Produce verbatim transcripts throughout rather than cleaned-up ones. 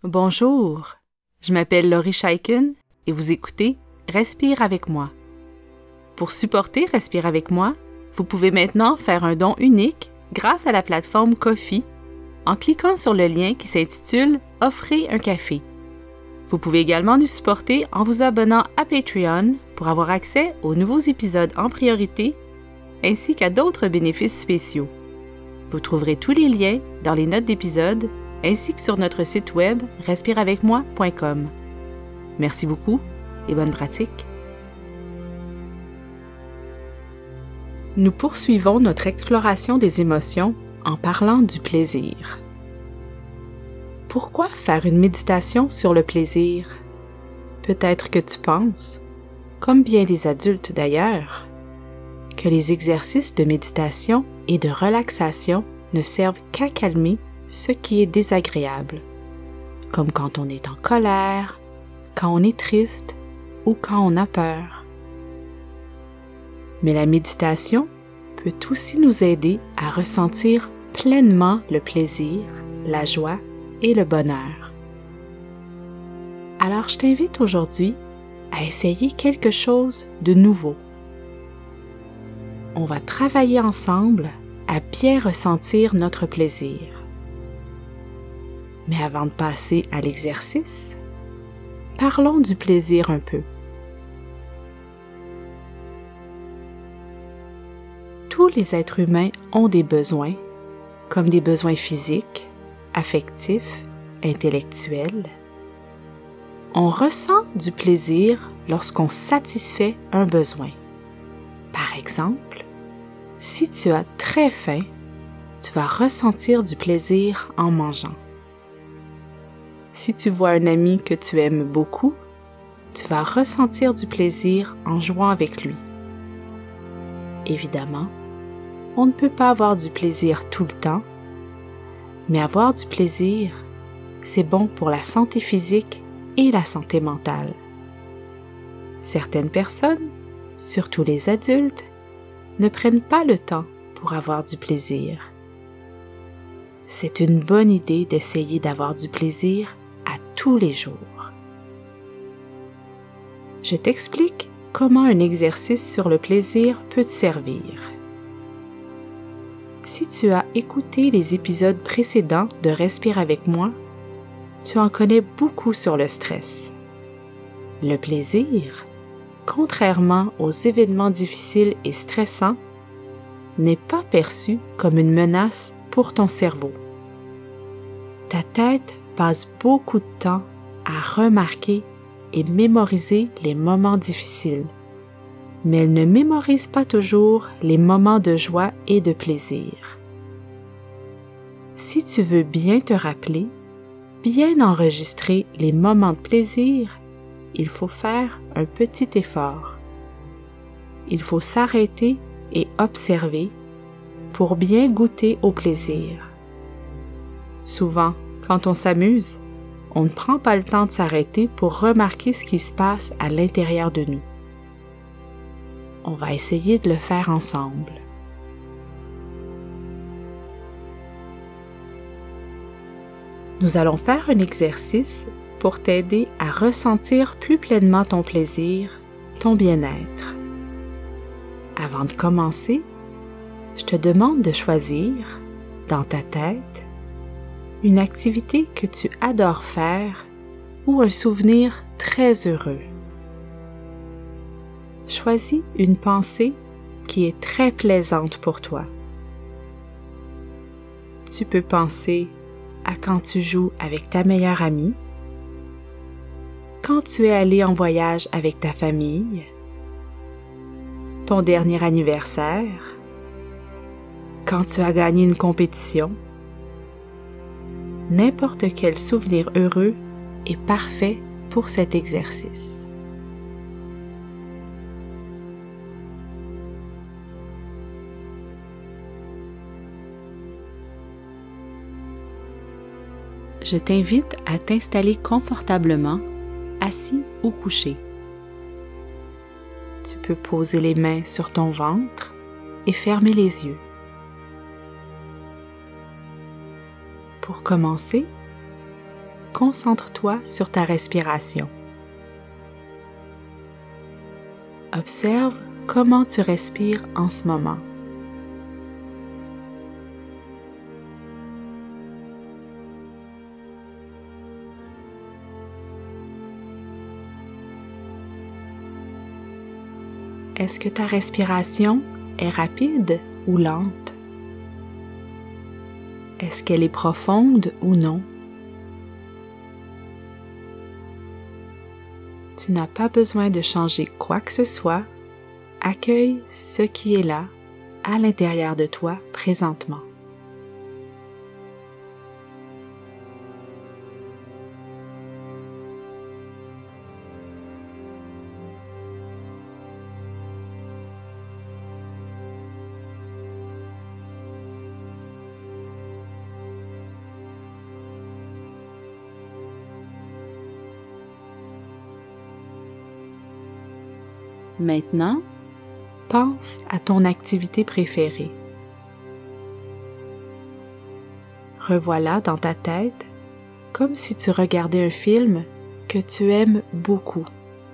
Bonjour, je m'appelle Laurie Scheiken et vous écoutez Respire avec moi. Pour supporter Respire avec moi, vous pouvez maintenant faire un don unique grâce à la plateforme Ko-fi en cliquant sur le lien qui s'intitule « Offrez un café ». Vous pouvez également nous supporter en vous abonnant à Patreon pour avoir accès aux nouveaux épisodes en priorité ainsi qu'à d'autres bénéfices spéciaux. Vous trouverez tous les liens dans les notes d'épisode ainsi que sur notre site web respire avec moi point com. Merci beaucoup et bonne pratique. Nous poursuivons notre exploration des émotions en parlant du plaisir. Pourquoi faire une méditation sur le plaisir? Peut-être que tu penses, comme bien des adultes d'ailleurs, que les exercices de méditation et de relaxation ne servent qu'à calmer ce qui est désagréable, comme quand on est en colère, quand on est triste ou quand on a peur. Mais la méditation peut aussi nous aider à ressentir pleinement le plaisir, la joie et le bonheur. Alors je t'invite aujourd'hui à essayer quelque chose de nouveau. On va travailler ensemble à bien ressentir notre plaisir. Mais avant de passer à l'exercice, parlons du plaisir un peu. Tous les êtres humains ont des besoins, comme des besoins physiques, affectifs, intellectuels. On ressent du plaisir lorsqu'on satisfait un besoin. Par exemple, si tu as très faim, tu vas ressentir du plaisir en mangeant. Si tu vois un ami que tu aimes beaucoup, tu vas ressentir du plaisir en jouant avec lui. Évidemment, on ne peut pas avoir du plaisir tout le temps, mais avoir du plaisir, c'est bon pour la santé physique et la santé mentale. Certaines personnes, surtout les adultes, ne prennent pas le temps pour avoir du plaisir. C'est une bonne idée d'essayer d'avoir du plaisir à tous les jours. Je t'explique comment un exercice sur le plaisir peut te servir. Si tu as écouté les épisodes précédents de Respire avec moi, tu en connais beaucoup sur le stress. Le plaisir, contrairement aux événements difficiles et stressants, n'est pas perçu comme une menace pour ton cerveau. Ta tête passe beaucoup de temps à remarquer et mémoriser les moments difficiles, mais elle ne mémorise pas toujours les moments de joie et de plaisir. Si tu veux bien te rappeler, bien enregistrer les moments de plaisir, il faut faire un petit effort. Il faut s'arrêter et observer pour bien goûter au plaisir. Souvent, quand on s'amuse, on ne prend pas le temps de s'arrêter pour remarquer ce qui se passe à l'intérieur de nous. On va essayer de le faire ensemble. Nous allons faire un exercice pour t'aider à ressentir plus pleinement ton plaisir, ton bien-être. Avant de commencer, je te demande de choisir, dans ta tête, une activité que tu adores faire ou un souvenir très heureux. Choisis une pensée qui est très plaisante pour toi. Tu peux penser à quand tu joues avec ta meilleure amie, quand tu es allé en voyage avec ta famille, ton dernier anniversaire, quand tu as gagné une compétition. N'importe quel souvenir heureux est parfait pour cet exercice. Je t'invite à t'installer confortablement, assis ou couché. Tu peux poser les mains sur ton ventre et fermer les yeux. Pour commencer, concentre-toi sur ta respiration. Observe comment tu respires en ce moment. Est-ce que ta respiration est rapide ou lente? Est-ce qu'elle est profonde ou non? Tu n'as pas besoin de changer quoi que ce soit. Accueille ce qui est là, à l'intérieur de toi présentement. Maintenant, pense à ton activité préférée. Revois-la dans ta tête comme si tu regardais un film que tu aimes beaucoup.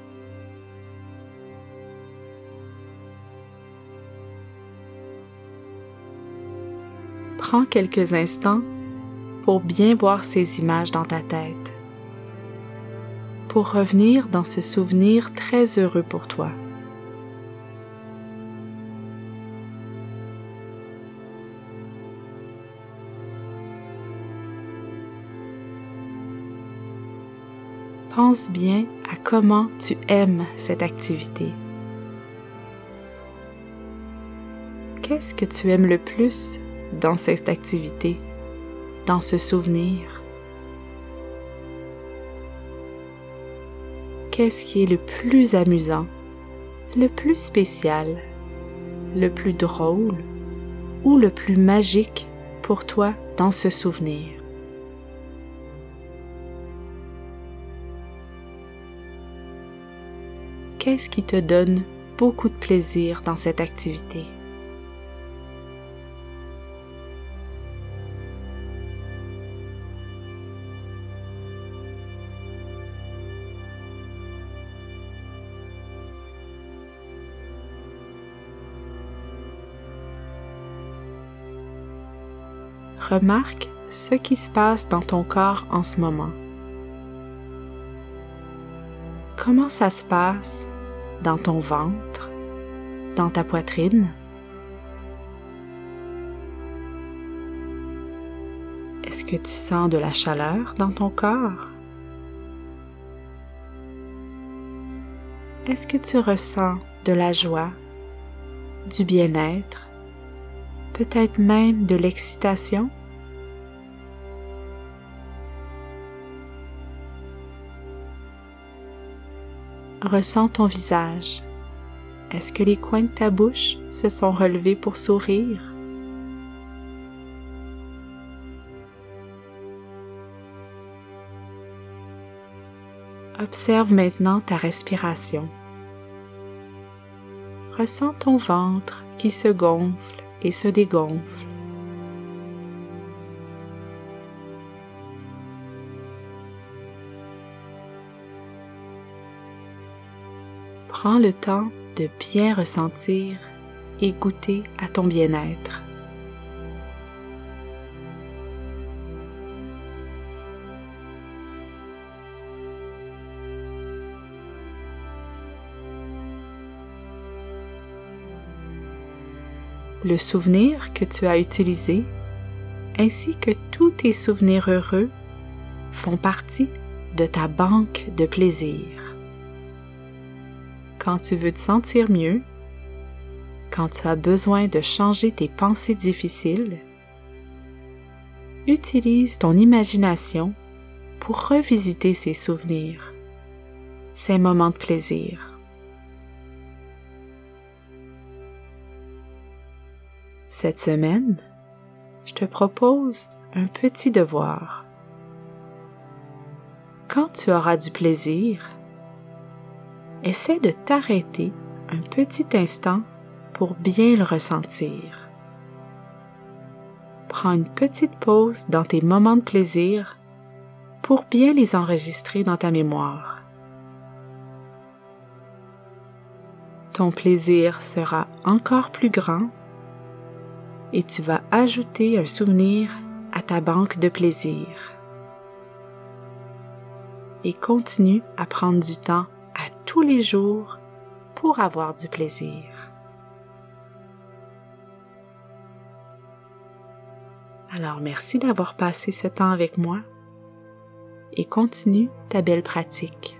Prends quelques instants pour bien voir ces images dans ta tête, pour revenir dans ce souvenir très heureux pour toi. Pense bien à comment tu aimes cette activité. Qu'est-ce que tu aimes le plus dans cette activité, dans ce souvenir? Qu'est-ce qui est le plus amusant, le plus spécial, le plus drôle ou le plus magique pour toi dans ce souvenir? Qu'est-ce qui te donne beaucoup de plaisir dans cette activité? Remarque ce qui se passe dans ton corps en ce moment. Comment ça se passe dans ton ventre, dans ta poitrine? Est-ce que tu sens de la chaleur dans ton corps? Est-ce que tu ressens de la joie, du bien-être, peut-être même de l'excitation? Ressens ton visage. Est-ce que les coins de ta bouche se sont relevés pour sourire? Observe maintenant ta respiration. Ressens ton ventre qui se gonfle et se dégonfle. Prends le temps de bien ressentir et goûter à ton bien-être. Le souvenir que tu as utilisé, ainsi que tous tes souvenirs heureux, font partie de ta banque de plaisir. Quand tu veux te sentir mieux, quand tu as besoin de changer tes pensées difficiles, utilise ton imagination pour revisiter ces souvenirs, ces moments de plaisir. Cette semaine, je te propose un petit devoir. Quand tu auras du plaisir, essaie de t'arrêter un petit instant pour bien le ressentir. Prends une petite pause dans tes moments de plaisir pour bien les enregistrer dans ta mémoire. Ton plaisir sera encore plus grand et tu vas ajouter un souvenir à ta banque de plaisir. Et continue à prendre du temps à tous les jours pour avoir du plaisir. Alors merci d'avoir passé ce temps avec moi et continue ta belle pratique.